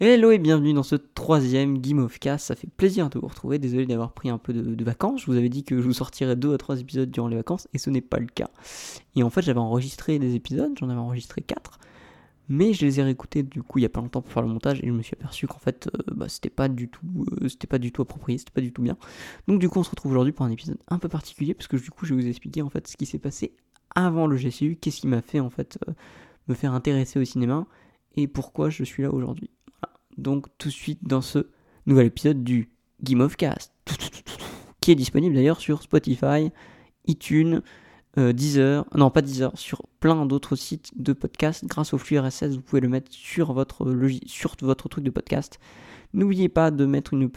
Hello et bienvenue dans ce troisième Game of Cast, ça fait plaisir de vous retrouver, désolé d'avoir pris un peu de vacances, je vous avais dit que je vous sortirais 2 à 3 épisodes durant les vacances et ce n'est pas le cas. Et en fait j'avais enregistré des épisodes, j'en avais enregistré 4, mais je les ai réécoutés du coup il y a pas longtemps pour faire le montage et je me suis aperçu qu'en fait c'était pas du tout approprié, c'était pas du tout bien. Donc du coup on se retrouve aujourd'hui pour un épisode un peu particulier parce que du coup je vais vous expliquer en fait ce qui s'est passé avant le GCU, qu'est-ce qui m'a fait en fait me faire intéresser au cinéma et pourquoi je suis là aujourd'hui. Donc tout de suite dans ce nouvel épisode du Game of Cast, qui est disponible d'ailleurs sur Spotify, iTunes, Deezer, non pas Deezer, sur plein d'autres sites de podcast. Grâce au flux RSS, vous pouvez le mettre sur votre truc de podcast. N'oubliez pas de mettre un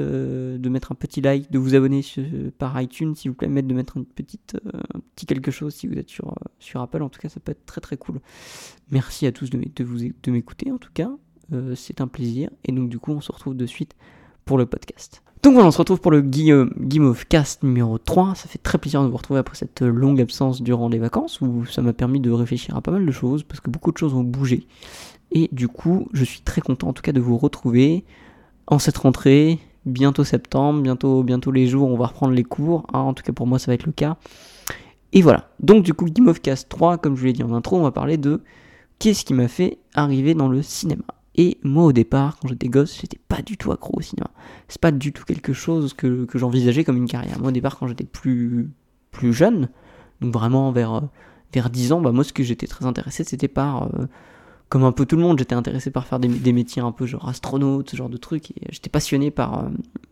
petit like, de vous abonner par iTunes, s'il vous plaît, de mettre un petit quelque chose si vous êtes sur Apple. En tout cas, ça peut être très très cool. Merci à tous de m'écouter en tout cas. C'est un plaisir, et donc du coup on se retrouve de suite pour le podcast. Donc voilà, on se retrouve pour le Game of Cast numéro 3, ça fait très plaisir de vous retrouver après cette longue absence durant les vacances, où ça m'a permis de réfléchir à pas mal de choses, parce que beaucoup de choses ont bougé, et du coup je suis très content en tout cas de vous retrouver en cette rentrée, bientôt septembre, bientôt les jours où on va reprendre les cours, en tout cas pour moi ça va être le cas, et voilà. Donc du coup Game of Cast 3, comme je vous l'ai dit en intro, on va parler de qu'est-ce qui m'a fait arriver dans le cinéma. Et moi au départ, quand j'étais gosse, j'étais pas du tout accro au cinéma. C'est pas du tout quelque chose que j'envisageais comme une carrière. Moi au départ, quand j'étais plus jeune, donc vraiment vers 10 ans, moi ce que j'étais très intéressé, c'était par, comme un peu tout le monde, j'étais intéressé par faire des métiers un peu genre astronaute, ce genre de trucs, et j'étais passionné par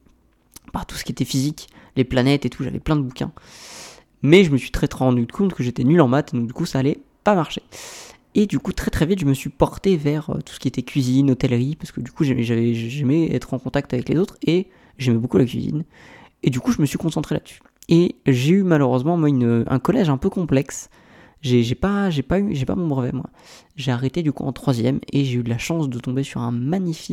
tout ce qui était physique, les planètes et tout, j'avais plein de bouquins. Mais je me suis très rendu compte que j'étais nul en maths, donc du coup ça allait pas marcher. Et du coup, très très vite, je me suis porté vers tout ce qui était cuisine, hôtellerie, parce que du coup, j'aimais être en contact avec les autres, et j'aimais beaucoup la cuisine. Et du coup, je me suis concentré là-dessus. Et j'ai eu malheureusement, moi, un collège un peu complexe. J'ai pas mon brevet, moi. J'ai arrêté du coup en 3ème, et j'ai eu de la chance de tomber sur un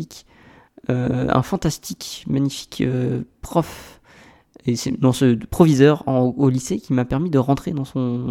fantastique, magnifique prof, et dans ce proviseur au lycée, qui m'a permis de rentrer dans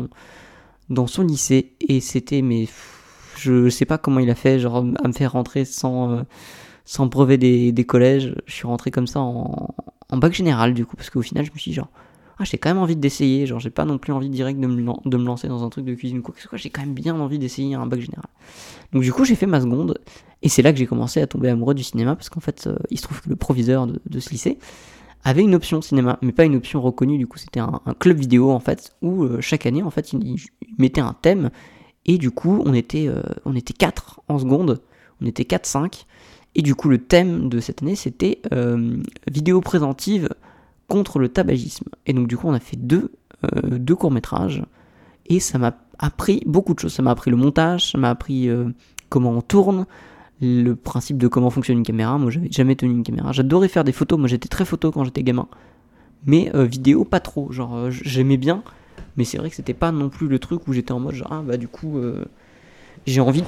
son lycée, et c'était, mais je sais pas comment il a fait, genre à me faire rentrer sans brevet des collèges. Je suis rentré comme ça en bac général du coup, parce qu'au final je me suis dit genre, j'ai quand même envie d'essayer, genre j'ai pas non plus envie direct de me lancer dans un truc de cuisine ou quoi que ce soit, j'ai quand même bien envie d'essayer un bac général. Donc du coup j'ai fait ma seconde, et c'est là que j'ai commencé à tomber amoureux du cinéma, parce qu'en fait il se trouve que le proviseur de ce lycée avait une option cinéma, mais pas une option reconnue, du coup c'était un club vidéo en fait, où chaque année en fait il mettait un thème, et du coup on était 4 en seconde, on était 4-5, et du coup le thème de cette année c'était vidéo préventive contre le tabagisme, et donc du coup on a fait deux courts-métrages, et ça m'a appris beaucoup de choses, ça m'a appris le montage, ça m'a appris comment on tourne, le principe de comment fonctionne une caméra. Moi j'avais jamais tenu une caméra, j'adorais faire des photos, moi j'étais très photo quand j'étais gamin, mais vidéo pas trop, genre j'aimais bien, mais c'est vrai que c'était pas non plus le truc où j'étais en mode genre du coup j'ai envie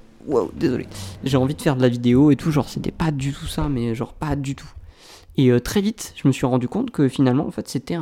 j'ai envie de faire de la vidéo et tout, genre c'était pas du tout ça, mais genre pas du tout. Et très vite je me suis rendu compte que finalement en fait c'était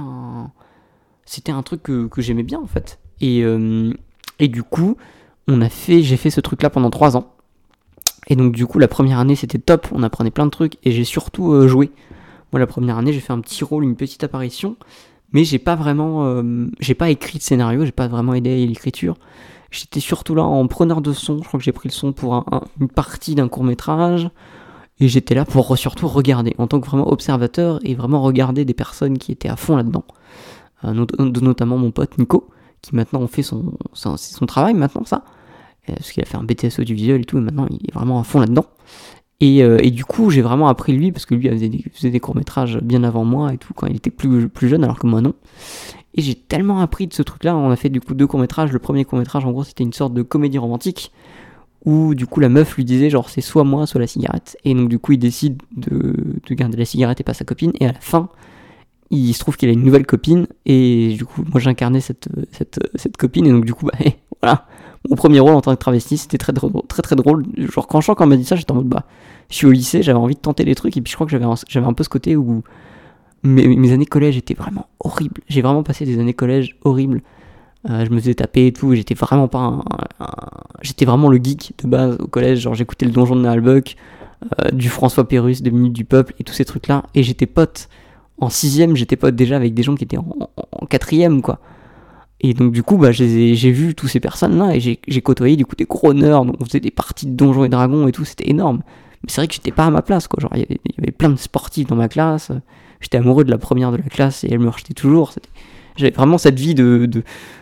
un truc que j'aimais bien en fait, et du coup j'ai fait ce truc là pendant 3 ans. Et donc du coup la première année c'était top, on apprenait plein de trucs, et j'ai surtout joué. Moi la première année j'ai fait un petit rôle, une petite apparition, mais j'ai pas écrit de scénario, j'ai pas vraiment aidé à l'écriture. J'étais surtout là en preneur de son, je crois que j'ai pris le son pour une partie d'un court métrage, et j'étais là pour surtout regarder, en tant que vraiment observateur, et vraiment regarder des personnes qui étaient à fond là-dedans. Notamment mon pote Nico, qui maintenant fait son travail maintenant ça, parce qu'il a fait un BTS audiovisuel et tout, et maintenant il est vraiment à fond là-dedans. Et du coup j'ai vraiment appris lui, parce que lui faisait des courts-métrages bien avant moi et tout, quand il était plus jeune, alors que moi non. Et j'ai tellement appris de ce truc-là. On a fait du coup 2 courts-métrages. Le premier court-métrage en gros c'était une sorte de comédie romantique, où du coup la meuf lui disait genre c'est soit moi soit la cigarette, et donc du coup il décide de garder la cigarette et pas sa copine, et à la fin il se trouve qu'il a une nouvelle copine, et du coup moi j'incarnais cette copine, et donc du coup voilà, mon premier rôle en tant que travesti, c'était très drôle. Genre quand on m'a dit ça, j'étais en mode je suis au lycée, j'avais envie de tenter des trucs, et puis je crois que j'avais un peu ce côté où mes années collège étaient vraiment horribles. J'ai vraiment passé des années collège horribles. Je me faisais taper et tout, j'étais vraiment pas j'étais vraiment le geek de base au collège, genre j'écoutais le Donjon de Nalbuck, du François Pérusse, 2 minutes du peuple et tous ces trucs-là. Et j'étais pote en 6ème, j'étais pote déjà avec des gens qui étaient en 4ème, quoi. Et donc du coup, bah, j'ai vu tous ces personnes-là et j'ai côtoyé du coup des gros nerds, on faisait des parties de Donjons et Dragons et tout, c'était énorme. Mais c'est vrai que j'étais pas à ma place, quoi. Genre, il y avait plein de sportifs dans ma classe, j'étais amoureux de la première de la classe et elle me rejetait toujours. J'avais vraiment cette vie de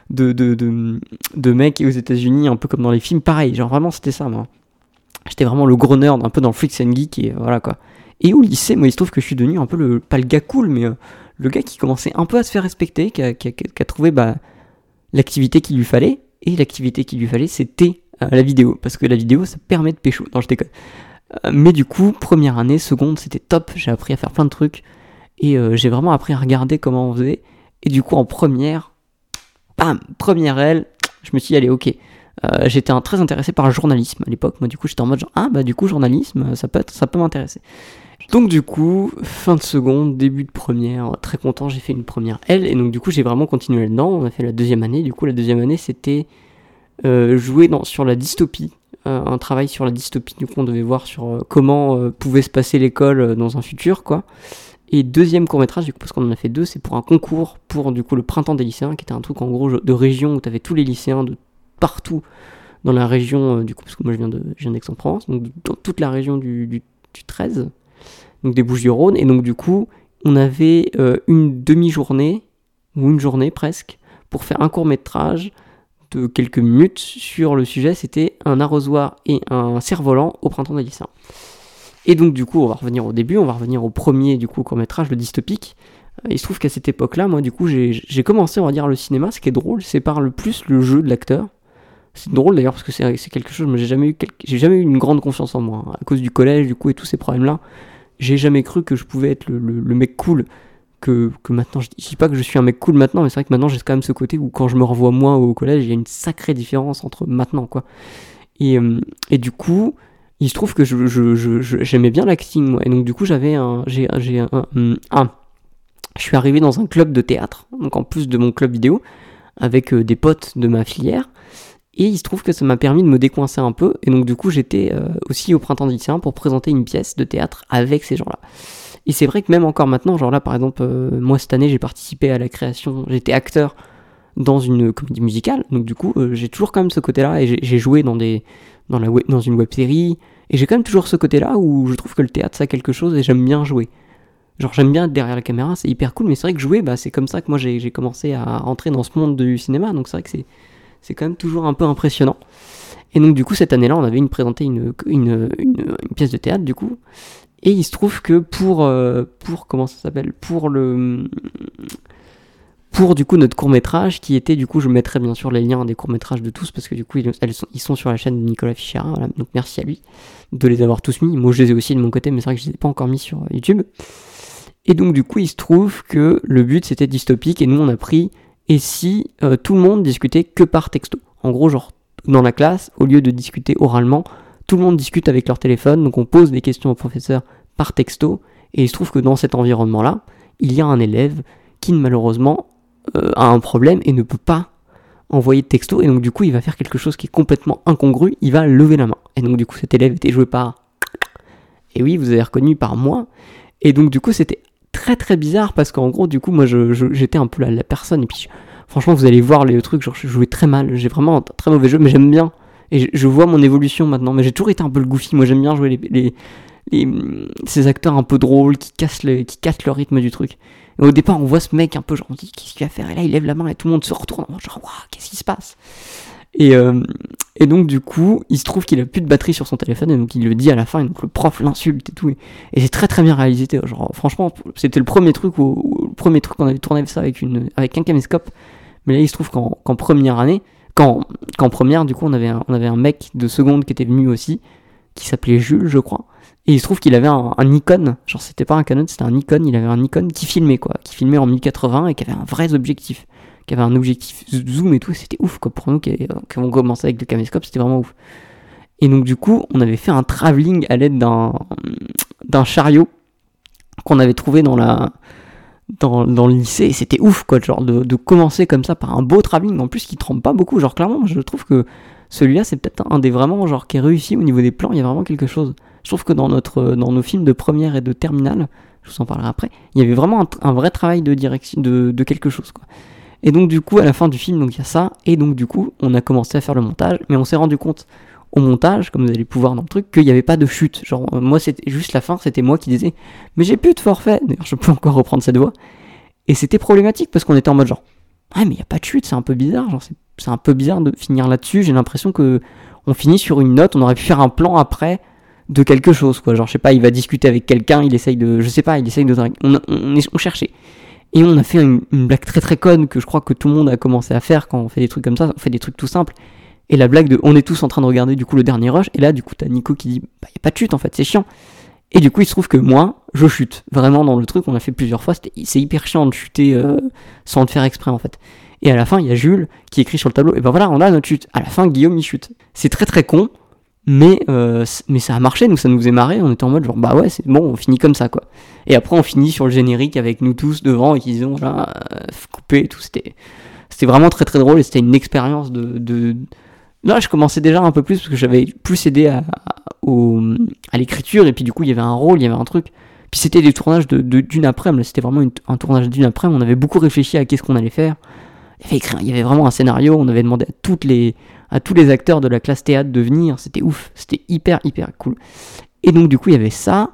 mec aux États-Unis, un peu comme dans les films, pareil, genre vraiment c'était ça, moi. J'étais vraiment le gros nerd, un peu dans le Freaks and Geek, et voilà quoi. Et au lycée, moi il se trouve que je suis devenu un peu pas le gars cool, mais le gars qui commençait un peu à se faire respecter, qui a trouvé l'activité qu'il lui fallait, et l'activité qu'il lui fallait c'était la vidéo, parce que la vidéo ça permet de pécho. Non, je déconne. Mais du coup, première année, seconde, c'était top, j'ai appris à faire plein de trucs, et j'ai vraiment appris à regarder comment on faisait, et du coup en première, bam, première L, je me suis dit allez ok. J'étais très intéressé par le journalisme à l'époque, moi du coup j'étais en mode genre du coup journalisme ça peut m'intéresser. Donc du coup, fin de seconde, début de première, très content, j'ai fait une première L, et donc du coup j'ai vraiment continué là-dedans, on a fait la deuxième année, du coup la deuxième année c'était jouer sur la dystopie, un travail sur la dystopie, du coup on devait voir sur comment pouvait se passer l'école dans un futur, quoi. Et deuxième court-métrage, du coup, parce qu'on en a fait 2, c'est pour un concours pour du coup le printemps des lycéens, qui était un truc en gros de région où t'avais tous les lycéens de partout dans la région, du coup, parce que moi je viens d'Aix-en-Provence, donc dans toute la région du 13, donc des Bouches-du-Rhône, et donc du coup, on avait une demi-journée, ou une journée presque, pour faire un court-métrage de quelques minutes sur le sujet, c'était un arrosoir et un cerf-volant au printemps des lycéens. Et donc du coup, on va revenir au début, on va revenir au premier du coup court-métrage, le dystopique. Il se trouve qu'à cette époque-là, moi du coup, j'ai commencé, on va dire, le cinéma. Ce qui est drôle, c'est par le plus le jeu de l'acteur. C'est drôle d'ailleurs parce que c'est quelque chose, mais j'ai jamais eu une grande confiance en moi, hein, à cause du collège, du coup, et tous ces problèmes-là. J'ai jamais cru que je pouvais être le mec cool que maintenant. Je dis pas que je suis un mec cool maintenant, mais c'est vrai que maintenant j'ai quand même ce côté où quand je me revois moi au collège, il y a une sacrée différence entre maintenant, quoi. Et du coup, il se trouve que j'aimais bien l'acting, moi. Et donc du coup, je suis arrivé dans un club de théâtre, donc en plus de mon club vidéo, avec des potes de ma filière. Et il se trouve que ça m'a permis de me décoincer un peu. Et donc du coup, j'étais aussi au printemps des lycéens pour présenter une pièce de théâtre avec ces gens-là. Et c'est vrai que même encore maintenant, genre là par exemple, moi cette année j'ai participé à la création, j'étais acteur dans une comédie musicale. Donc du coup, j'ai toujours quand même ce côté-là, et j'ai joué dans une web-série. Et j'ai quand même toujours ce côté-là où je trouve que le théâtre ça a quelque chose et j'aime bien jouer. Genre j'aime bien être derrière la caméra, c'est hyper cool, mais c'est vrai que jouer, c'est comme ça que moi j'ai commencé à rentrer dans ce monde du cinéma, donc c'est vrai que c'est quand même toujours un peu impressionnant. Et donc du coup cette année-là, on avait présenté une pièce de théâtre du coup, et il se trouve que pour comment ça s'appelle, pour du coup notre court-métrage qui était, du coup je mettrai bien sûr les liens des courts-métrages de tous, parce que du coup ils sont sur la chaîne de Nicolas Fichera, voilà, donc merci à lui de les avoir tous mis. Moi je les ai aussi de mon côté, mais c'est vrai que je les ai pas encore mis sur YouTube. Et donc du coup il se trouve que le but c'était dystopique, et nous on a pris et si tout le monde discutait que par texto. En gros, genre dans la classe, au lieu de discuter oralement, tout le monde discute avec leur téléphone, donc on pose des questions au professeur par texto, et il se trouve que dans cet environnement-là, il y a un élève qui malheureusement a un problème et ne peut pas envoyer de texto, et donc du coup il va faire quelque chose qui est complètement incongru, il va lever la main. Et donc du coup cet élève était joué par... Et oui, vous avez reconnu, par moi. Et donc du coup c'était très très bizarre, parce qu'en gros du coup moi j'étais un peu la personne, et puis franchement vous allez voir les trucs, genre je jouais très mal, j'ai vraiment un très mauvais jeu, mais j'aime bien, et je vois mon évolution maintenant, mais j'ai toujours été un peu le goofy, moi j'aime bien jouer ces acteurs un peu drôles qui cassent le rythme du truc. Et au départ on voit ce mec un peu genre on dit qu'est-ce qu'il va faire, et là il lève la main et tout le monde se retourne genre waouh, qu'est-ce qui se passe. Et donc du coup il se trouve qu'il a plus de batterie sur son téléphone, et donc il le dit à la fin, et donc le prof l'insulte et tout, et c'est très très bien réalisé, genre franchement c'était le premier truc qu'on avait tourné ça avec un caméscope. Mais là il se trouve qu'en première année, qu'en première du coup on avait un mec de seconde qui était venu aussi, qui s'appelait Jules je crois, et il se trouve qu'il avait un Nikon, genre c'était pas un Canon, c'était un Nikon, il avait un Nikon qui filmait en 1080 et qui avait un vrai objectif, qui avait un objectif zoom et tout, c'était ouf quoi, pour nous qui avons commencé avec le caméscope, c'était vraiment ouf. Et donc du coup on avait fait un travelling à l'aide d'un chariot qu'on avait trouvé dans le lycée, et c'était ouf quoi, genre de commencer comme ça par un beau travelling, en plus qui trempe pas beaucoup, genre clairement je trouve que celui-là c'est peut-être un des vraiment genre qui est réussi au niveau des plans, il y a vraiment quelque chose. je trouve que dans nos films de première et de terminale, je vous en parlerai après, il y avait vraiment un vrai travail de direction, de quelque chose, quoi. Et donc du coup, à la fin du film, donc il y a ça, et donc du coup, on a commencé à faire le montage, mais on s'est rendu compte au montage, comme vous allez pouvoir dans le truc, qu'il n'y avait pas de chute. Genre, moi, c'était juste la fin, c'était moi qui disais, mais j'ai plus de forfait. D'ailleurs, je peux encore reprendre cette voix. Et c'était problématique parce qu'on était en mode genre, ouais, mais il n'y a pas de chute, c'est un peu bizarre. Genre, c'est un peu bizarre de finir là-dessus. J'ai l'impression que on finit sur une note, on aurait pu faire un plan après de quelque chose, quoi. Genre, je sais pas, il va discuter avec quelqu'un, il essaye de, je sais pas, il essaye de, on cherchait. Et on a fait une blague très très conne que je crois que tout le monde a commencé à faire quand on fait des trucs comme ça, on fait des trucs tout simples. Et la blague de on est tous en train de regarder du coup le dernier rush, et là du coup t'as Nico qui dit bah y a pas de chute en fait, c'est chiant. Et du coup il se trouve que moi, je chute. Vraiment dans le truc, on l'a fait plusieurs fois, c'est hyper chiant de chuter sans le faire exprès en fait. Et à la fin il y a Jules qui écrit sur le tableau, et ben voilà on a notre chute. À la fin Guillaume il chute. C'est très très con, mais ça a marché, donc ça nous faisait marrer, on était en mode genre bah ouais c'est bon, on finit comme ça quoi. Et après on finit sur le générique avec nous tous devant et qui disons voilà, coupé et tout, c'était vraiment très très drôle et c'était une expérience de... Là je commençais déjà un peu plus parce que j'avais plus aidé à l'écriture et puis du coup il y avait un rôle, il y avait un truc. Puis c'était des tournages d'une après-midi, c'était vraiment un tournage d'une après-midi, on avait beaucoup réfléchi à qu'est-ce qu'on allait faire. Il y avait vraiment un scénario, on avait demandé à tous les acteurs de la classe théâtre de venir, c'était ouf, c'était hyper hyper cool. Et donc du coup il y avait ça,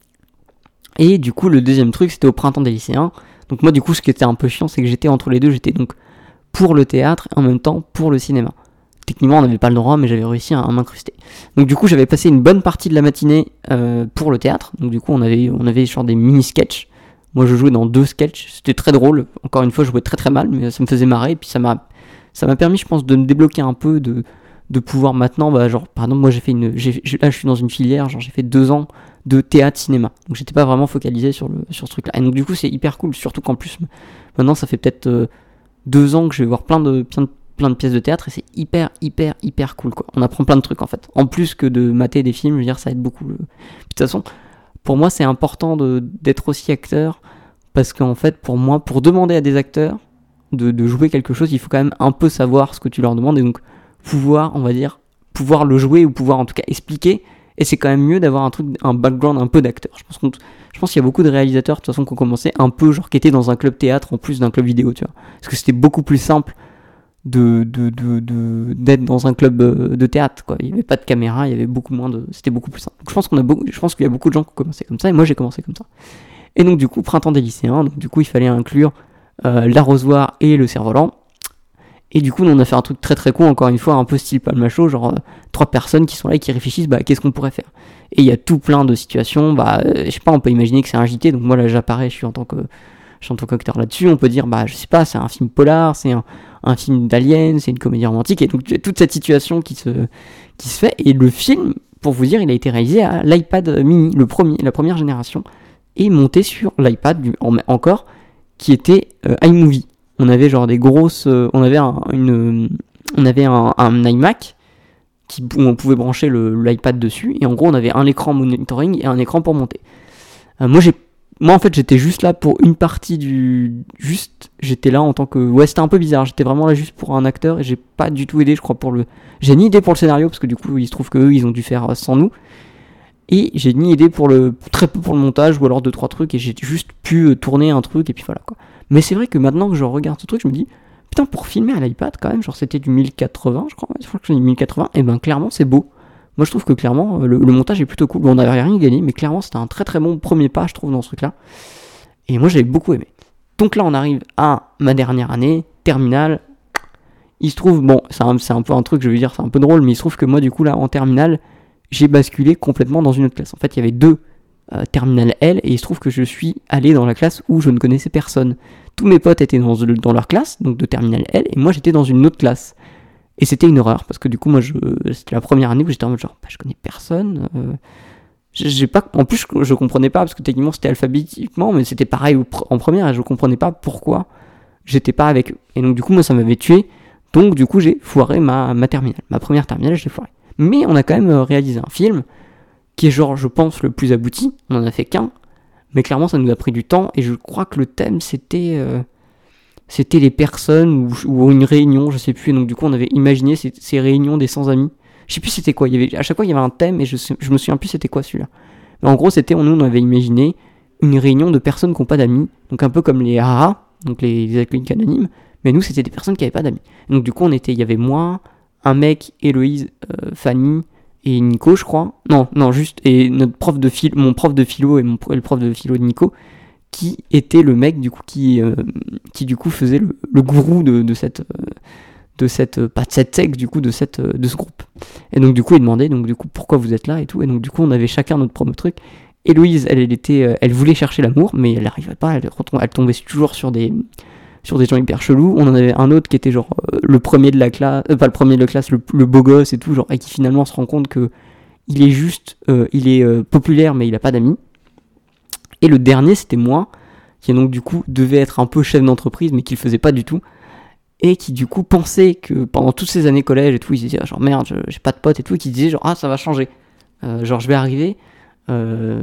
et du coup le deuxième truc c'était au printemps des lycéens. Donc moi du coup ce qui était un peu chiant c'est que j'étais entre les deux, j'étais donc pour le théâtre et en même temps pour le cinéma. Techniquement on n'avait pas le droit mais j'avais réussi à m'incruster. Donc du coup j'avais passé une bonne partie de la matinée pour le théâtre, donc du coup on avait genre des mini-sketchs. Moi je jouais dans 2 sketchs, c'était très drôle, encore une fois je jouais très très mal mais ça me faisait marrer et puis ça m'a permis je pense de me débloquer un peu, de pouvoir maintenant, bah, genre par exemple moi là je suis dans une filière, genre j'ai fait 2 ans de théâtre cinéma, donc j'étais pas vraiment focalisé sur ce truc là, et donc du coup c'est hyper cool, surtout qu'en plus maintenant ça fait peut-être 2 ans que je vais voir plein de pièces de théâtre et c'est hyper hyper hyper cool quoi, on apprend plein de trucs en fait, en plus que de mater des films, je veux dire ça aide beaucoup. Puis, de toute façon pour moi c'est important d'être aussi acteur, parce qu'en fait pour moi, pour demander à des acteurs de jouer quelque chose, il faut quand même un peu savoir ce que tu leur demandes et donc pouvoir, on va dire, pouvoir le jouer ou pouvoir en tout cas expliquer. Et c'est quand même mieux d'avoir un background un peu d'acteur. Je pense qu'il y a beaucoup de réalisateurs de toute façon qui ont commencé un peu genre qui étaient dans un club théâtre en plus d'un club vidéo, tu vois. Parce que c'était beaucoup plus simple d'être dans un club de théâtre quoi. Il n'y avait pas de caméra, il y avait beaucoup moins c'était beaucoup plus simple. Donc je pense qu'il y a beaucoup de gens qui ont commencé comme ça et moi j'ai commencé comme ça. Et donc du coup printemps des lycéens, donc du coup il fallait inclure l'arrosoir et le cerf-volant. Et du coup, on a fait un truc très très con, encore une fois, un peu style Palmacho, genre 3 personnes qui sont là et qui réfléchissent, bah qu'est-ce qu'on pourrait faire. Et il y a tout plein de situations, je sais pas, on peut imaginer que c'est un JT, donc moi là j'apparais, je suis en tant qu'acteur là-dessus, on peut dire, bah je sais pas, c'est un film polar, c'est un film d'alien, c'est une comédie romantique, et donc toute cette situation qui se fait, et le film, pour vous dire, il a été réalisé à l'iPad mini, la première génération, et monté sur l'iPad encore, qui était iMovie. On avait genre des grosses, on avait un iMac où on pouvait brancher l'iPad dessus, et en gros on avait un écran monitoring et un écran pour monter. Moi en fait j'étais juste là pour une partie j'étais là en tant que, ouais c'était un peu bizarre, j'étais vraiment là juste pour un acteur et j'ai pas du tout aidé je crois j'ai ni aidé pour le scénario parce que du coup il se trouve qu'eux ils ont dû faire sans nous, et j'ai ni aidé très peu pour le montage ou alors 2-3 trucs, et j'ai juste pu tourner un truc et puis voilà quoi. Mais c'est vrai que maintenant que je regarde ce truc, je me dis, putain, pour filmer à l'iPad, quand même, genre c'était du 1080, je crois que c'est du 1080, et ben clairement, c'est beau. Moi, je trouve que clairement, le montage est plutôt cool. Bon, on n'avait rien gagné, mais clairement, c'était un très très bon premier pas, je trouve, dans ce truc-là. Et moi, j'avais beaucoup aimé. Donc là, on arrive à ma dernière année, terminale. Il se trouve, bon, c'est un peu un truc, je veux dire, c'est un peu drôle, mais il se trouve que moi, du coup, là, en terminale, j'ai basculé complètement dans une autre classe. En fait, il y avait 2 terminale L, et il se trouve que je suis allé dans la classe où je ne connaissais personne. Tous mes potes étaient dans leur classe, donc de terminale L, et moi j'étais dans une autre classe. Et c'était une horreur, parce que du coup, moi, c'était la première année où j'étais en mode genre, je connais personne. En plus, je comprenais pas, parce que techniquement c'était alphabétiquement, mais c'était pareil en première, et je comprenais pas pourquoi j'étais pas avec eux. Et donc du coup, moi, ça m'avait tué. Donc du coup, j'ai foiré ma terminale. Ma première terminale, je l'ai foiré. Mais on a quand même réalisé un film qui est genre, je pense, le plus abouti. On en a fait qu'un, mais clairement ça nous a pris du temps, et je crois que le thème c'était les personnes ou une réunion, je sais plus, et donc du coup on avait imaginé ces réunions des sans-amis Je sais plus c'était quoi. À chaque fois, il y avait un thème et je me souviens plus c'était quoi celui-là. Mais en gros, nous, on avait imaginé une réunion de personnes qui n'ont pas d'amis. Donc un peu comme les AA, donc les alcooliques anonymes. Mais nous, c'était des personnes qui n'avaient pas d'amis. Donc du coup, il y avait moi, un mec, Héloïse, Fanny et Nico, je crois. Non, juste, et mon prof de philo et le prof de philo de Nico, qui était le mec, du coup, qui du coup faisait le gourou de cette pas de cette secte, du coup, de ce groupe. Et donc, du coup, il demandait, donc, du coup, pourquoi vous êtes là et tout. Et donc, du coup, on avait chacun notre propre truc. Héloïse, elle voulait chercher l'amour, mais elle n'arrivait pas, elle tombait toujours sur des gens hyper chelous. On en avait un autre qui était genre le premier de la classe, pas le premier de la classe, le beau gosse et tout, genre, et qui finalement se rend compte que il est juste, populaire, mais il a pas d'amis. Et le dernier, c'était moi, qui donc du coup devait être un peu chef d'entreprise, mais qui le faisait pas du tout, et qui du coup pensait que pendant toutes ces années collège et tout, il se disait genre merde, j'ai pas de potes et tout, et qui disait genre ça va changer, genre je vais arriver dans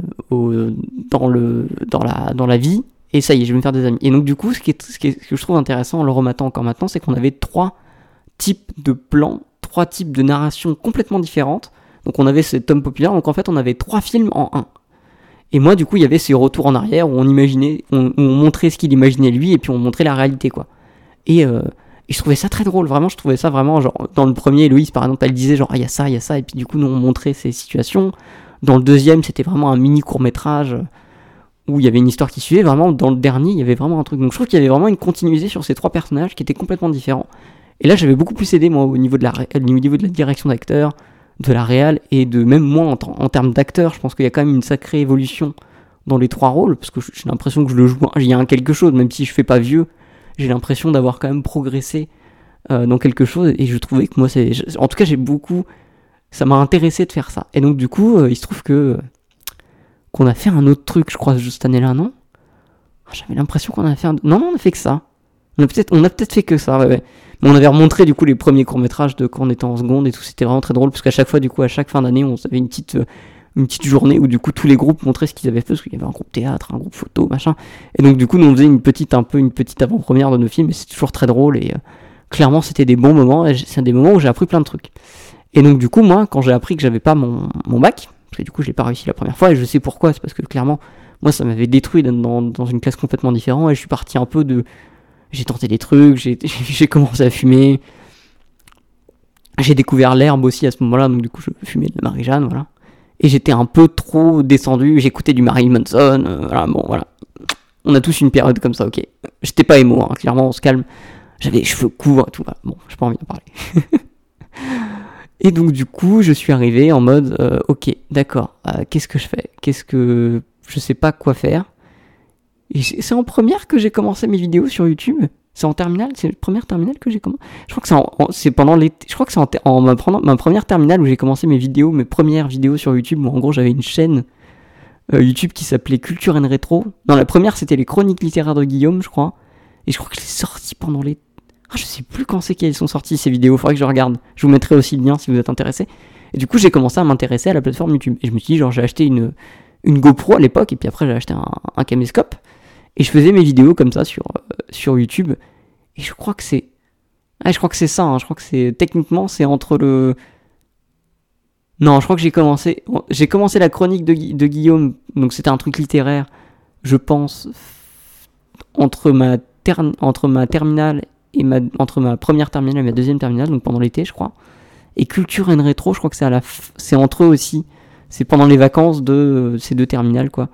la vie, et ça y est, je vais me faire des amis. Et donc du coup, ce que je trouve intéressant en le rematant encore maintenant, c'est qu'on avait 3 types de plans, 3 types de narrations complètement différentes. Donc on avait cet homme populaire, donc en fait on avait 3 films en un. Et moi, du coup, il y avait ces retours en arrière où on montrait ce qu'il imaginait lui, et puis on montrait la réalité, quoi. Et je trouvais ça très drôle, vraiment, je trouvais ça vraiment, genre, dans le premier, Héloïse, par exemple, elle disait, genre, il y a ça, et puis du coup, nous, on montrait ces situations. Dans le deuxième, c'était vraiment un mini court-métrage où il y avait une histoire qui suivait. Vraiment, dans le dernier, il y avait vraiment un truc. Donc, je trouve qu'il y avait vraiment une continuité sur ces 3 personnages qui étaient complètement différents. Et là, j'avais beaucoup plus aidé, moi, au niveau de la direction d'acteur, de la réal, et de même moi en termes d'acteur, je pense qu'il y a quand même une sacrée évolution dans les 3 rôles, parce que j'ai l'impression que je le joue, il y a quelque chose, même si je fais pas vieux, j'ai l'impression d'avoir quand même progressé dans quelque chose, et je trouvais que moi, en tout cas, ça m'a intéressé de faire ça. Et donc du coup, il se trouve qu'on a fait un autre truc, je crois, cette année-là, non ? J'avais l'impression qu'on a fait non, on a fait que ça. On a peut-être fait que ça, ouais. Mais on avait remontré du coup les premiers courts-métrages de quand on était en seconde et tout, c'était vraiment très drôle parce qu'à chaque fois, du coup, à chaque fin d'année, on avait une petite journée où du coup tous les groupes montraient ce qu'ils avaient fait, parce qu'il y avait un groupe théâtre, un groupe photo, machin. Et donc du coup, nous on faisait une petite avant-première de nos films, et c'est toujours très drôle, et clairement c'était des bons moments, et c'est des moments où j'ai appris plein de trucs. Et donc du coup, moi, quand j'ai appris que j'avais pas mon bac, parce que du coup je l'ai pas réussi la première fois, et je sais pourquoi, c'est parce que clairement, moi ça m'avait détruit dans une classe complètement différente, et je suis parti un peu j'ai tenté des trucs, j'ai commencé à fumer, j'ai découvert l'herbe aussi à ce moment-là, donc du coup je fumais de la Marie-Jeanne, voilà. Et j'étais un peu trop descendu, j'écoutais du Marilyn Manson, voilà. On a tous une période comme ça, ok. J'étais pas émo, hein, clairement, on se calme. J'avais les cheveux courts et tout, voilà. Bon, j'ai pas envie d'en parler. Et donc du coup, je suis arrivé en mode, ok, d'accord, qu'est-ce que je fais ? Je sais pas quoi faire. Et c'est en première que j'ai commencé mes vidéos sur YouTube. C'est en terminale, c'est la première terminale que j'ai commencé. Je crois que c'est pendant l'été. Je crois que c'est en ma première terminale où j'ai commencé mes premières vidéos sur YouTube. Où en gros, j'avais une chaîne YouTube qui s'appelait Culture and Rétro. Non, la première, c'était les chroniques littéraires de Guillaume, je crois. Et je crois que je l'ai sorti pendant les... je sais plus quand c'est qu'elles sont sorties ces vidéos. Faudrait que je regarde. Je vous mettrai aussi le lien si vous êtes intéressés. Et du coup, j'ai commencé à m'intéresser à la plateforme YouTube. Et je me suis dit, genre, j'ai acheté une GoPro à l'époque. Et puis après, j'ai acheté un caméscope. Et je faisais mes vidéos comme ça sur YouTube. Et je crois que c'est... je crois que c'est ça. Je crois que c'est... Techniquement, c'est entre le... Non, je crois que j'ai commencé la chronique de Guillaume. Donc c'était un truc littéraire, je pense, entre ma terminale et entre ma première terminale et ma deuxième terminale, donc pendant l'été, je crois. Et Culture and Rétro, je crois que c'est entre eux aussi. C'est pendant les vacances de ces 2 terminales, quoi.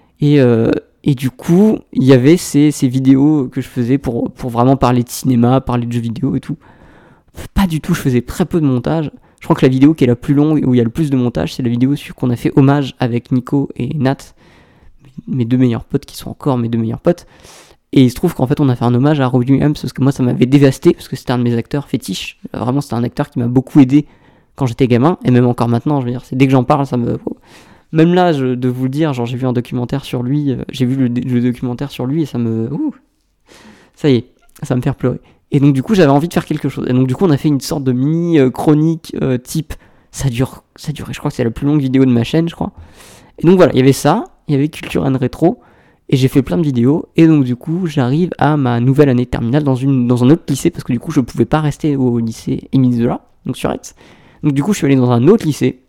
Et du coup, il y avait ces vidéos que je faisais pour vraiment parler de cinéma, parler de jeux vidéo et tout. Pas du tout, je faisais très peu de montage. Je crois que la vidéo qui est la plus longue, où il y a le plus de montage, c'est la vidéo qu'on a fait hommage avec Nico et Nat, mes 2 meilleurs potes qui sont encore mes 2 meilleurs potes. Et il se trouve qu'en fait, on a fait un hommage à Robin Williams, parce que moi, ça m'avait dévasté, parce que c'était un de mes acteurs fétiches. Vraiment, c'était un acteur qui m'a beaucoup aidé quand j'étais gamin, et même encore maintenant, je veux dire, c'est dès que j'en parle, ça me... Même là, de vous le dire, genre j'ai vu un documentaire sur lui, j'ai vu le documentaire sur lui, et ça me... ça y est, ça va me faire pleurer. Et donc du coup, j'avais envie de faire quelque chose. Et donc du coup, on a fait une sorte de mini chronique type... Ça durait, je crois que c'est la plus longue vidéo de ma chaîne, je crois. Et donc voilà, il y avait ça, il y avait Culture and Rétro, et j'ai fait plein de vidéos, et donc du coup, j'arrive à ma nouvelle année de terminale dans un autre lycée, parce que du coup, je pouvais pas rester au lycée Émile Zola, donc sur Aix. Donc du coup, je suis allé dans un autre lycée.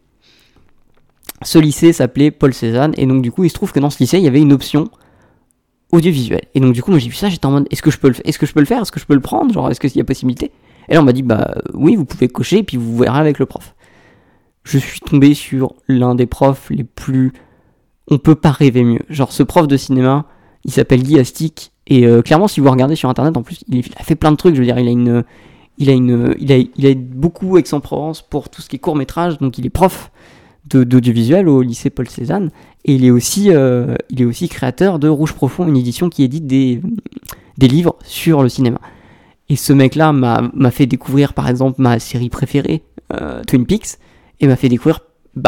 Ce lycée s'appelait Paul Cézanne, et donc du coup, il se trouve que dans ce lycée, il y avait une option audiovisuelle. Et donc du coup, moi j'ai vu ça, j'étais en mode, est-ce que je peux le faire, est-ce que je peux le prendre, genre, est-ce qu'il y a possibilité? Et là, on m'a dit, bah oui, vous pouvez cocher, et puis vous verrez avec le prof. Je suis tombé sur l'un des profs les plus... On peut pas rêver mieux. Genre, ce prof de cinéma, il s'appelle Guy Astic, et clairement, si vous regardez sur internet, en plus, il a fait plein de trucs, je veux dire, il a beaucoup Aix-en-Provence pour tout ce qui est court-métrage, donc il est prof d'audiovisuel au lycée Paul Cézanne, et il est aussi créateur de Rouge Profond, une édition qui édite des livres sur le cinéma. Et ce mec-là m'a fait découvrir, par exemple, ma série préférée, Twin Peaks, et m'a fait découvrir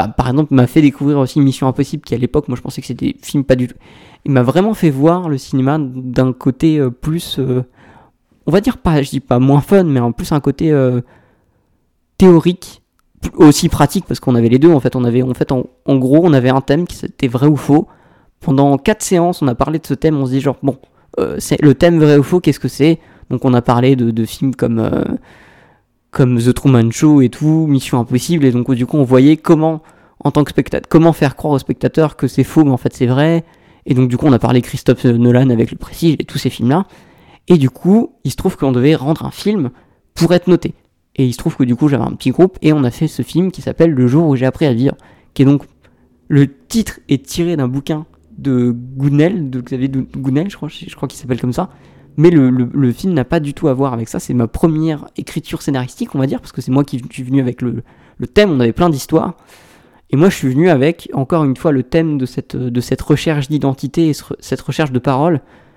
aussi Mission Impossible, qui à l'époque, moi je pensais que c'était des films pas du tout. Il m'a vraiment fait voir le cinéma d'un côté plus, on va dire pas, je dis pas moins fun, mais en plus un côté théorique, aussi pratique, parce qu'on avait les deux, en fait. En gros, on avait un thème qui c'était vrai ou faux. Pendant 4 séances, on a parlé de ce thème, on se dit genre, bon, c'est le thème vrai ou faux, qu'est-ce que c'est? Donc on a parlé de films comme The Truman Show et tout, Mission Impossible, et donc du coup on voyait comment, en tant que spectateur, comment faire croire aux spectateurs que c'est faux mais en fait c'est vrai, et donc du coup on a parlé Christophe Nolan avec Le Prestige et tous ces films-là, et du coup il se trouve qu'on devait rendre un film pour être noté, et il se trouve que du coup j'avais un petit groupe, et on a fait ce film qui s'appelle Le jour où j'ai appris à vivre, qui est donc, le titre est tiré d'un bouquin de Gounel, de Xavier Gounel, je crois qu'il s'appelle comme ça. Mais le film n'a pas du tout à voir avec ça. C'est ma première écriture scénaristique, on va dire, parce que c'est moi qui suis venu avec le thème. On avait plein d'histoires. Et moi, je suis venu avec, encore une fois, le thème de cette recherche d'identité et cette recherche de parole.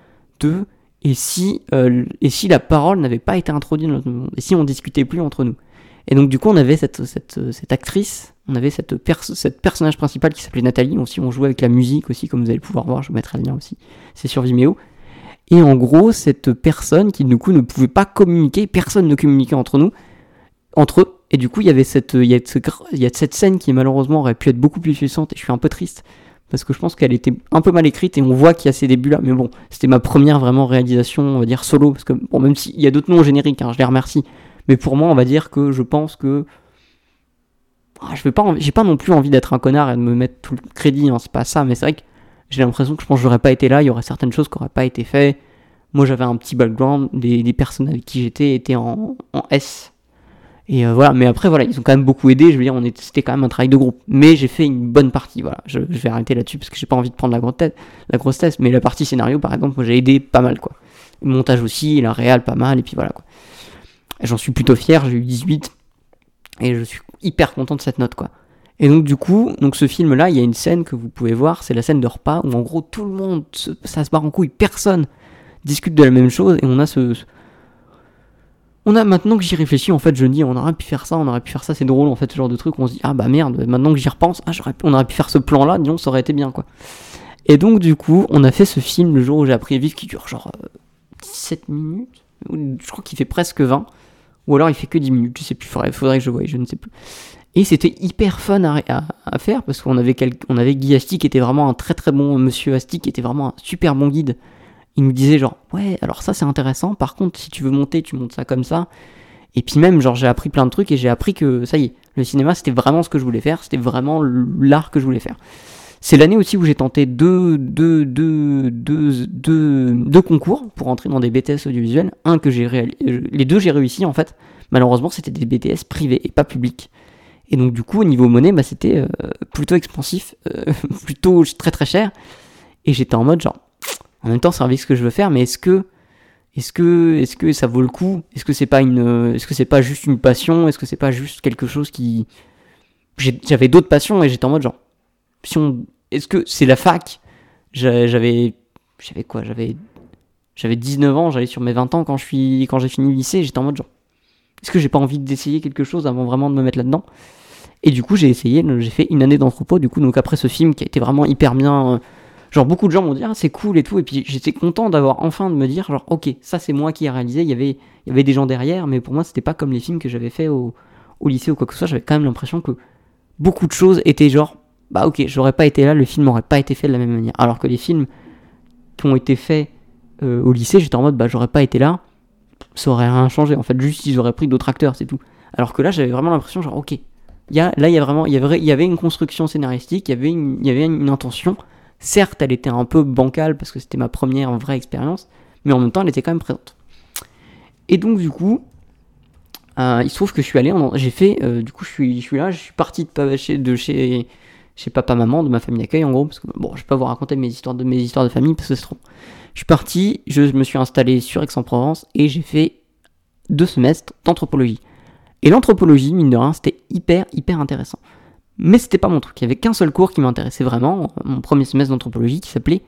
Et si la parole n'avait pas été introduite dans notre monde, et si on discutait plus entre nous. Et donc, du coup, on avait cette actrice, on avait cette personnage principal qui s'appelait Nathalie. Aussi, on jouait avec la musique aussi, comme vous allez pouvoir voir. Je vous mettrai le lien aussi. C'est sur Vimeo. Et en gros, cette personne qui du coup ne pouvait pas communiquer, personne ne communiquait entre eux, et du coup il y a cette scène qui malheureusement aurait pu être beaucoup plus puissante, et je suis un peu triste, parce que je pense qu'elle était un peu mal écrite, et on voit qu'il y a ces débuts là, mais bon, c'était ma première vraiment réalisation, on va dire solo, parce que bon, même s'il y a d'autres noms génériques, je les remercie, mais pour moi on va dire que je pense que j'ai pas non plus envie d'être un connard et de me mettre tout le crédit, c'est pas ça, mais c'est vrai que j'ai l'impression que je pense que j'aurais pas été là, il y aurait certaines choses qui n'auraient pas été faites. Moi j'avais un petit background, les personnes avec qui j'étais étaient en S. Et voilà, mais après voilà, ils ont quand même beaucoup aidé, je veux dire, c'était quand même un travail de groupe. Mais j'ai fait une bonne partie, voilà, je vais arrêter là-dessus parce que j'ai pas envie de prendre la grosse tête, mais la partie scénario par exemple, moi j'ai aidé pas mal quoi. Le montage aussi, la réal pas mal, et puis voilà quoi. Et j'en suis plutôt fier, j'ai eu 18, et je suis hyper content de cette note quoi. Et donc du coup, ce film-là, il y a une scène que vous pouvez voir, c'est la scène de repas, où en gros tout le monde, ça se barre en couille, personne discute de la même chose, et on a maintenant que j'y réfléchis, en fait, je me dis, on aurait pu faire ça, c'est drôle, en fait, ce genre de truc, on se dit, ah bah merde, maintenant que j'y repense, on aurait pu faire ce plan-là, disons, ça aurait été bien, quoi. Et donc du coup, on a fait ce film, Le jour où j'ai appris à vivre, qui dure genre 17 minutes, je crois qu'il fait presque 20, ou alors il fait que 10 minutes, je sais plus, faudrait que je voie, je ne sais plus. Et c'était hyper fun à faire, parce qu'on avait Guy Asti qui était vraiment un très très bon monsieur Asti, qui était vraiment un super bon guide. Il nous disait genre, ouais, alors ça c'est intéressant, par contre si tu veux monter, tu montes ça comme ça. Et puis même, genre j'ai appris plein de trucs, et j'ai appris que ça y est, le cinéma c'était vraiment ce que je voulais faire, c'était vraiment l'art que je voulais faire. C'est l'année aussi où j'ai tenté deux concours pour entrer dans des BTS audiovisuels. Les deux j'ai réussi en fait. Malheureusement c'était des BTS privés et pas publics. Et donc du coup au niveau monnaie, c'était plutôt expansif, plutôt très très cher. Et j'étais en mode genre, en même temps c'est un ce que je veux faire, mais est-ce que ça vaut le coup? Est-ce que c'est pas juste une passion? Est-ce que c'est pas juste quelque chose qui... J'avais d'autres passions, et j'étais en mode genre, est-ce que c'est la fac? J'avais 19 ans, j'allais sur mes 20 ans quand j'ai fini le lycée, j'étais en mode genre, est-ce que j'ai pas envie d'essayer quelque chose avant vraiment de me mettre là-dedans? Et du coup j'ai fait une année d'anthropo, du coup, donc après ce film qui a été vraiment hyper bien, genre beaucoup de gens m'ont dit, ah c'est cool et tout, et puis j'étais content d'avoir enfin de me dire genre, ok, ça c'est moi qui ai réalisé, il y avait des gens derrière, mais pour moi c'était pas comme les films que j'avais fait au lycée ou quoi que ce soit, j'avais quand même l'impression que beaucoup de choses étaient genre, bah ok, j'aurais pas été là, le film n'aurait pas été fait de la même manière. Alors que les films qui ont été faits au lycée, j'étais en mode, bah j'aurais pas été là, ça aurait rien changé. En fait, juste ils auraient pris d'autres acteurs, c'est tout. Alors que là, j'avais vraiment l'impression, genre ok, Il y avait une construction scénaristique, il y avait une intention. Certes, elle était un peu bancale parce que c'était ma première vraie expérience, mais en même temps, elle était quand même présente. Et donc, du coup, il se trouve que je suis allé, j'ai fait, du coup, je suis là, je suis parti de chez papa-maman, de ma famille d'accueil, en gros, parce que bon, je vais pas vous raconter mes histoires de famille parce que c'est trop. Je suis parti, je me suis installé sur Aix-en-Provence et j'ai fait 2 semestres d'anthropologie. Et l'anthropologie, mine de rien, c'était hyper intéressant. Mais c'était pas mon truc. Il y avait qu'un seul cours qui m'intéressait vraiment, mon premier semestre d'anthropologie, qui s'appelait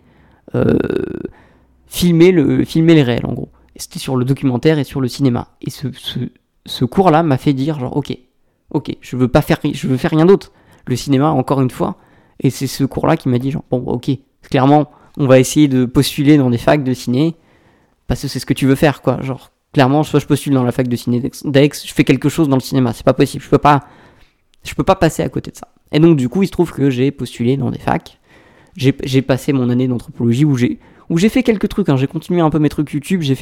filmer les réels, en gros. Et c'était sur le documentaire et sur le cinéma. Et ce cours-là m'a fait dire, genre, ok, je veux faire rien d'autre. Le cinéma, encore une fois. Et c'est ce cours-là qui m'a dit, genre, bon, ok, clairement, on va essayer de postuler dans des facs de ciné, parce que c'est ce que tu veux faire, quoi. Genre, clairement, soit je postule dans la fac de ciné d'Aix, je fais quelque chose dans le cinéma, c'est pas possible, je peux pas passer à côté de ça. Et donc, du coup, il se trouve que j'ai postulé dans des facs, j'ai passé mon année d'anthropologie où j'ai fait quelques trucs, hein. J'ai continué un peu mes trucs YouTube, j'ai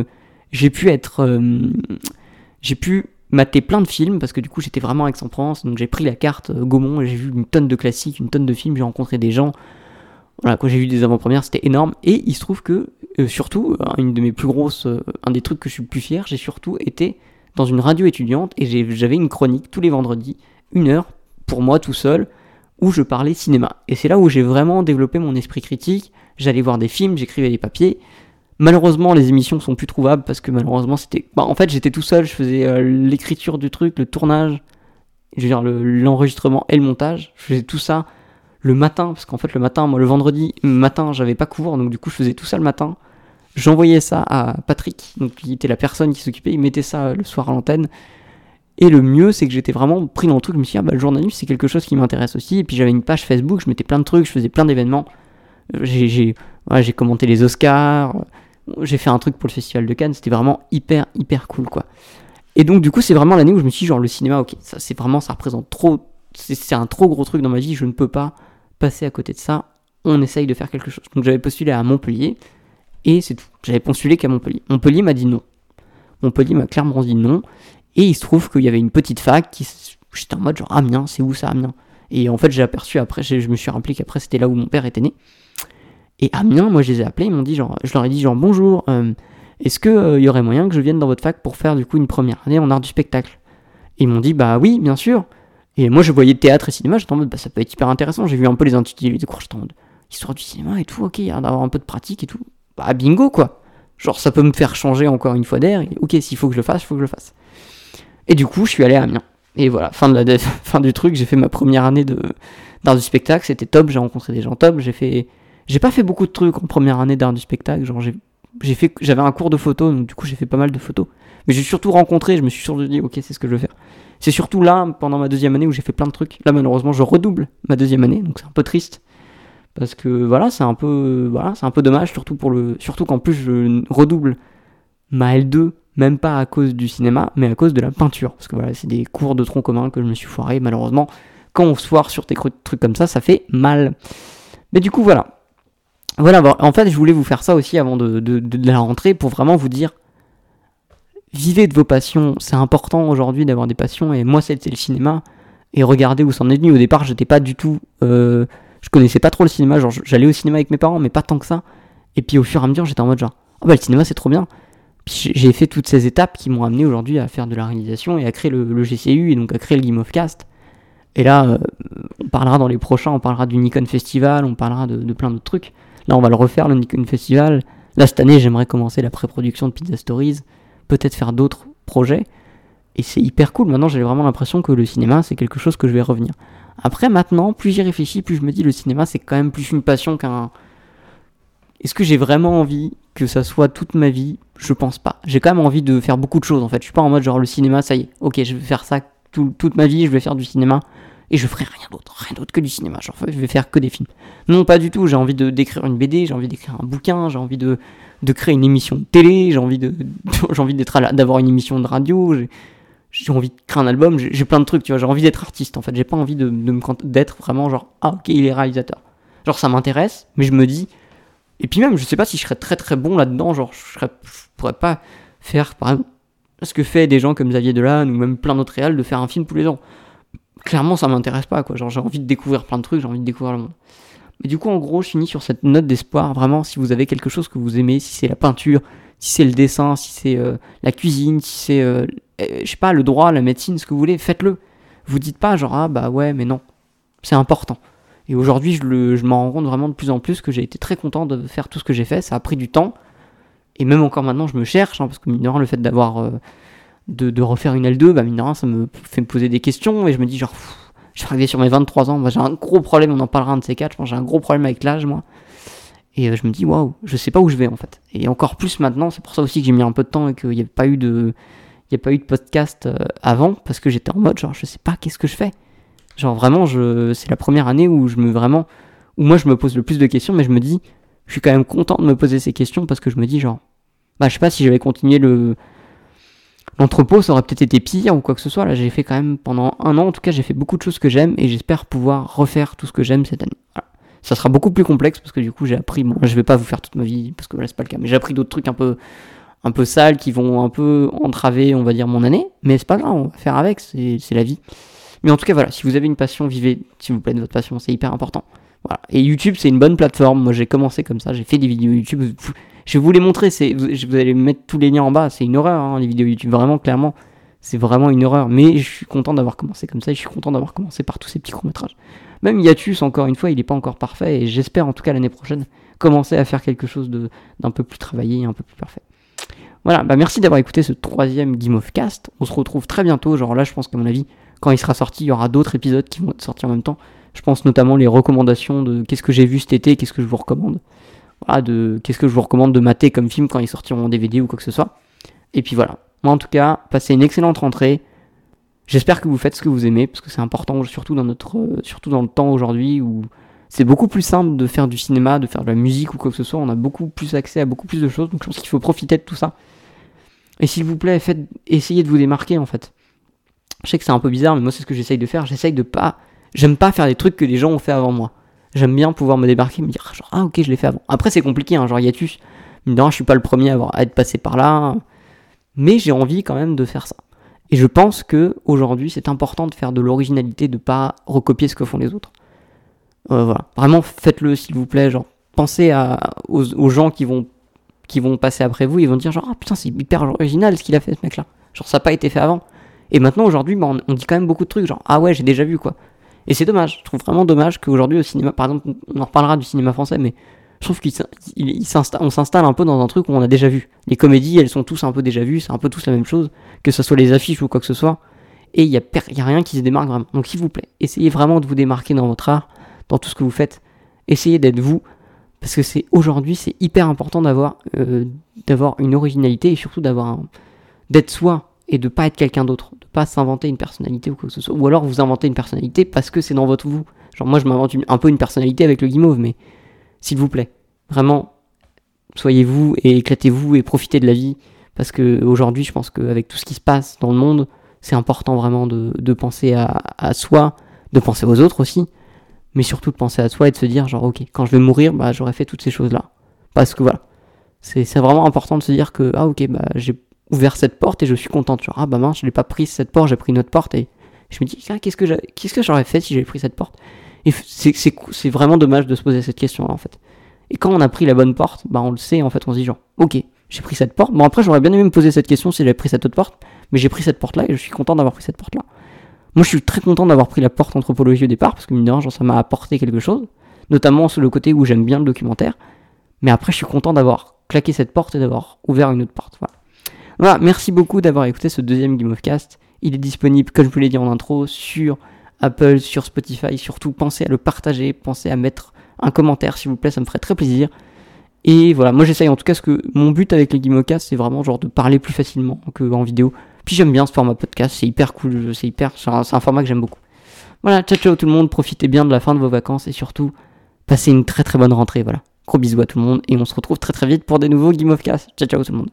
pu mater plein de films, parce que du coup, j'étais vraiment à Aix-en-Provence, donc j'ai pris la carte Gaumont, et j'ai vu une tonne de classiques, une tonne de films, j'ai rencontré des gens. Voilà, quand j'ai vu des avant-premières, c'était énorme. Et il se trouve que, surtout, un des trucs que je suis le plus fier, j'ai surtout été dans une radio étudiante et j'avais une chronique tous les vendredis, 1 heure, pour moi tout seul, où je parlais cinéma. Et c'est là où j'ai vraiment développé mon esprit critique. J'allais voir des films, j'écrivais des papiers. Malheureusement, les émissions sont plus trouvables parce que malheureusement, en fait, j'étais tout seul, je faisais l'écriture du truc, le tournage, je veux dire, l'enregistrement et le montage. Je faisais tout ça le matin, parce qu'en fait le matin, moi le vendredi matin j'avais pas cours, donc du coup je faisais tout ça le matin, j'envoyais ça à Patrick, donc qui était la personne qui s'occupait, il mettait ça le soir à l'antenne, et le mieux c'est que j'étais vraiment pris dans le truc, je me suis dit le journalisme c'est quelque chose qui m'intéresse aussi, et puis j'avais une page Facebook, je mettais plein de trucs, je faisais plein d'événements, j'ai commenté les Oscars, j'ai fait un truc pour le festival de Cannes, c'était vraiment hyper cool quoi. Et donc du coup c'est vraiment l'année où je me suis dit genre le cinéma, ok, ça représente trop, c'est un trop gros truc dans ma vie, je ne peux pas passer à côté de ça, on essaye de faire quelque chose. Donc j'avais postulé à Montpellier, et c'est tout. J'avais postulé qu'à Montpellier. Montpellier m'a dit non. Montpellier m'a clairement dit non, et il se trouve qu'il y avait une petite fac j'étais en mode genre Amiens, c'est où ça Amiens? Et en fait j'ai aperçu après, je me suis rappelé qu'après c'était là où mon père était né. Et Amiens, moi je les ai appelés, ils m'ont dit genre, je leur ai dit genre bonjour, est-ce que y aurait moyen que je vienne dans votre fac pour faire du coup une première année en art du spectacle? Et ils m'ont dit bah oui, bien sûr. Et moi je voyais théâtre et cinéma, j'étais en mode ça peut être hyper intéressant, j'ai vu un peu les intitulés des cours, j'étais en mode histoire du cinéma et tout, ok, il y a d'avoir un peu de pratique et tout, bah bingo quoi, genre ça peut me faire changer encore une fois d'air, et ok, s'il faut que je le fasse, Et du coup je suis allé à Amiens, et voilà, fin du truc, j'ai fait ma première année d'art du spectacle, c'était top, j'ai rencontré des gens top, j'ai pas fait beaucoup de trucs en première année d'art du spectacle, genre j'avais un cours de photo, donc du coup j'ai fait pas mal de photos, mais j'ai surtout rencontré, je me suis surtout dit ok, c'est ce que je veux faire. C'est surtout là, pendant ma deuxième année, où j'ai fait plein de trucs. Là, malheureusement, je redouble ma deuxième année, donc c'est un peu triste. Parce que, voilà, c'est un peu dommage, surtout qu'en plus, je redouble ma L2, même pas à cause du cinéma, mais à cause de la peinture. Parce que voilà, c'est des cours de tronc commun que je me suis foiré, malheureusement. Quand on se foire sur des trucs comme ça fait mal. Mais du coup, voilà. Voilà, en fait, je voulais vous faire ça aussi avant de la rentrée, pour vraiment vous dire, vivez de vos passions, c'est important aujourd'hui d'avoir des passions, et moi c'était le cinéma, et regardez où ça en est venu. Au départ j'étais pas du tout, je connaissais pas trop le cinéma, genre j'allais au cinéma avec mes parents, mais pas tant que ça, et puis au fur et à mesure j'étais en mode genre, oh bah le cinéma c'est trop bien, puis j'ai fait toutes ces étapes qui m'ont amené aujourd'hui à faire de la réalisation, et à créer le GCU, et donc à créer le Game of Cast, et là on parlera dans les prochains, on parlera du Nikon Festival, on parlera de plein d'autres trucs, là on va le refaire le Nikon Festival, là cette année j'aimerais commencer la pré-production de Pizza Stories, peut-être faire d'autres projets, et c'est hyper cool. Maintenant j'ai vraiment l'impression que le cinéma c'est quelque chose que je vais revenir. Après maintenant, plus j'y réfléchis, plus je me dis le cinéma c'est quand même plus une passion qu'un... Est-ce que j'ai vraiment envie que ça soit toute ma vie? Je pense pas. J'ai quand même envie de faire beaucoup de choses en fait. Je suis pas en mode genre le cinéma ça y est, ok je vais faire ça toute ma vie, je vais faire du cinéma et je ferai rien d'autre que du cinéma, genre je vais faire que des films. Non pas du tout, j'ai envie d'écrire une BD, j'ai envie d'écrire un bouquin, j'ai envie de créer une émission de télé, j'ai envie d'avoir une émission de radio, j'ai envie de créer un album, j'ai plein de trucs, tu vois, j'ai envie d'être artiste en fait, j'ai pas envie d'être vraiment genre ah ok il est réalisateur. Genre ça m'intéresse, mais je me dis, et puis même je sais pas si je serais très très bon là-dedans, genre je pourrais pas faire par exemple ce que fait des gens comme Xavier Dolan ou même plein d'autres réals de faire un film tous les ans. clairement ça m'intéresse pas, quoi. Genre j'ai envie de découvrir plein de trucs, j'ai envie de découvrir le monde. Mais du coup, en gros, je finis sur cette note d'espoir. Vraiment, si vous avez quelque chose que vous aimez, si c'est la peinture, si c'est le dessin, si c'est la cuisine, si c'est, je sais pas, le droit, la médecine, ce que vous voulez, faites-le. Vous dites pas genre, ah bah ouais, mais non. C'est important. Et aujourd'hui, je m'en rends compte vraiment de plus en plus que j'ai été très content de faire tout ce que j'ai fait. Ça a pris du temps. Et même encore maintenant, je me cherche, parce que mine de rien, le fait d'avoir, de refaire une L2, bah mine de rien, ça me fait me poser des questions. Et je me dis genre, je suis arrivé sur mes 23 ans, moi j'ai un gros problème, on en parlera un de ces quatre, je pense que j'ai un gros problème avec l'âge, moi. Et je me dis, waouh, je sais pas où je vais en fait. Et encore plus maintenant, c'est pour ça aussi que j'ai mis un peu de temps et qu'il n'y a pas eu de podcast avant, parce que j'étais en mode, genre, je sais pas qu'est-ce que je fais. Genre vraiment, c'est la première année où où moi je me pose le plus de questions, mais je me dis, je suis quand même content de me poser ces questions, parce que je me dis genre, bah je sais pas si j'avais continué l'entrepôt, ça aurait peut-être été pire ou quoi que ce soit. Là, j'ai fait quand même pendant 1 an, en tout cas, j'ai fait beaucoup de choses que j'aime et j'espère pouvoir refaire tout ce que j'aime cette année. Voilà. Ça sera beaucoup plus complexe parce que du coup, j'ai appris. Bon, je vais pas vous faire toute ma vie parce que là, c'est pas le cas, mais j'ai appris d'autres trucs un peu sales qui vont un peu entraver, on va dire, mon année. Mais c'est pas grave, on va faire avec, c'est la vie. Mais en tout cas, voilà, si vous avez une passion, vivez, s'il vous plaît, de votre passion, c'est hyper important. Voilà. Et YouTube, c'est une bonne plateforme. Moi, j'ai commencé comme ça, j'ai fait des vidéos YouTube. Je vais vous les montrer, vous allez mettre tous les liens en bas, c'est une horreur, les vidéos YouTube, vraiment, clairement, c'est vraiment une horreur. Mais je suis content d'avoir commencé comme ça, et je suis content d'avoir commencé par tous ces petits courts-métrages. Même Hiatus, encore une fois, il n'est pas encore parfait, et j'espère en tout cas l'année prochaine commencer à faire quelque chose d'un peu plus travaillé, un peu plus parfait. Voilà, merci d'avoir écouté ce 3e Game of Cast. On se retrouve très bientôt, genre là, je pense qu'à mon avis, quand il sera sorti, il y aura d'autres épisodes qui vont être sortis en même temps. Je pense notamment les recommandations de qu'est-ce que j'ai vu cet été, qu'est-ce que je vous recommande. Voilà, qu'est-ce que je vous recommande de mater comme film quand ils sortiront en DVD ou quoi que ce soit. Et puis voilà. Moi en tout cas, passez une excellente rentrée. J'espère que vous faites ce que vous aimez, parce que c'est important, surtout dans le temps aujourd'hui où c'est beaucoup plus simple de faire du cinéma, de faire de la musique ou quoi que ce soit. On a beaucoup plus accès à beaucoup plus de choses, donc je pense qu'il faut profiter de tout ça. Et s'il vous plaît, essayez de vous démarquer en fait. Je sais que c'est un peu bizarre, mais moi c'est ce que j'essaye de faire. J'aime pas faire des trucs que les gens ont fait avant moi. J'aime bien pouvoir me débarquer et me dire genre ah ok je l'ai fait avant. Après c'est compliqué, genre Hiatus, je suis pas le premier à être passé par là, mais j'ai envie quand même de faire ça. Et je pense que aujourd'hui c'est important de faire de l'originalité, de pas recopier ce que font les autres. Voilà, vraiment faites-le s'il vous plaît, genre pensez aux gens qui vont passer après vous, ils vont dire genre ah putain c'est hyper original ce qu'il a fait ce mec là. Genre ça n'a pas été fait avant. Et maintenant aujourd'hui on dit quand même beaucoup de trucs genre ah ouais j'ai déjà vu quoi. Et c'est dommage, je trouve vraiment dommage qu'aujourd'hui au cinéma, par exemple, on en reparlera du cinéma français, mais je trouve qu'on s'installe un peu dans un truc où on a déjà vu. Les comédies, elles sont tous un peu déjà vues, c'est un peu tous la même chose, que ce soit les affiches ou quoi que ce soit, et il y a rien qui se démarque vraiment. Donc s'il vous plaît, essayez vraiment de vous démarquer dans votre art, dans tout ce que vous faites, essayez d'être vous, parce que aujourd'hui c'est hyper important d'avoir une originalité, et surtout d'être soi, et de pas être quelqu'un d'autre, de pas s'inventer une personnalité ou quoi que ce soit, ou alors vous inventez une personnalité parce que c'est dans votre vous. Genre moi je m'invente un peu une personnalité avec le guimauve, mais s'il vous plaît, vraiment, soyez vous et éclatez-vous et profitez de la vie, parce que aujourd'hui je pense qu'avec tout ce qui se passe dans le monde, c'est important vraiment de penser à soi, de penser aux autres aussi, mais surtout de penser à soi et de se dire genre ok, quand je vais mourir, j'aurais fait toutes ces choses-là. Parce que voilà, c'est vraiment important de se dire que ah ok, j'ai ouvert cette porte et je suis contente. Genre, ah mince, je l'ai pas prise cette porte, j'ai pris une autre porte et je me dis, qu'est-ce que j'aurais fait si j'avais pris cette porte? Et c'est vraiment dommage de se poser cette question-là en fait. Et quand on a pris la bonne porte, on le sait en fait, on se dit genre, ok, j'ai pris cette porte. Bon après, j'aurais bien aimé me poser cette question si j'avais pris cette autre porte, mais j'ai pris cette porte-là et je suis content d'avoir pris cette porte-là. Moi, je suis très content d'avoir pris la porte anthropologie au départ parce que mine de rien, genre, ça m'a apporté quelque chose, notamment sur le côté où j'aime bien le documentaire. Mais après, je suis content d'avoir claqué cette porte et d'avoir ouvert une autre porte. Voilà, merci beaucoup d'avoir écouté ce 2e Game of Cast. Il est disponible, comme je vous l'ai dit en intro, sur Apple, sur Spotify. Surtout, pensez à le partager, pensez à mettre un commentaire, s'il vous plaît, ça me ferait très plaisir. Et voilà, moi j'essaye en tout cas, mon but avec les Game of Cast, c'est vraiment genre de parler plus facilement qu'en vidéo. Puis j'aime bien ce format podcast, c'est hyper cool, c'est un format que j'aime beaucoup. Voilà, ciao tout le monde, profitez bien de la fin de vos vacances et surtout, passez une très très bonne rentrée, voilà. Gros bisous à tout le monde et on se retrouve très très vite pour des nouveaux Game of Cast. Ciao tout le monde.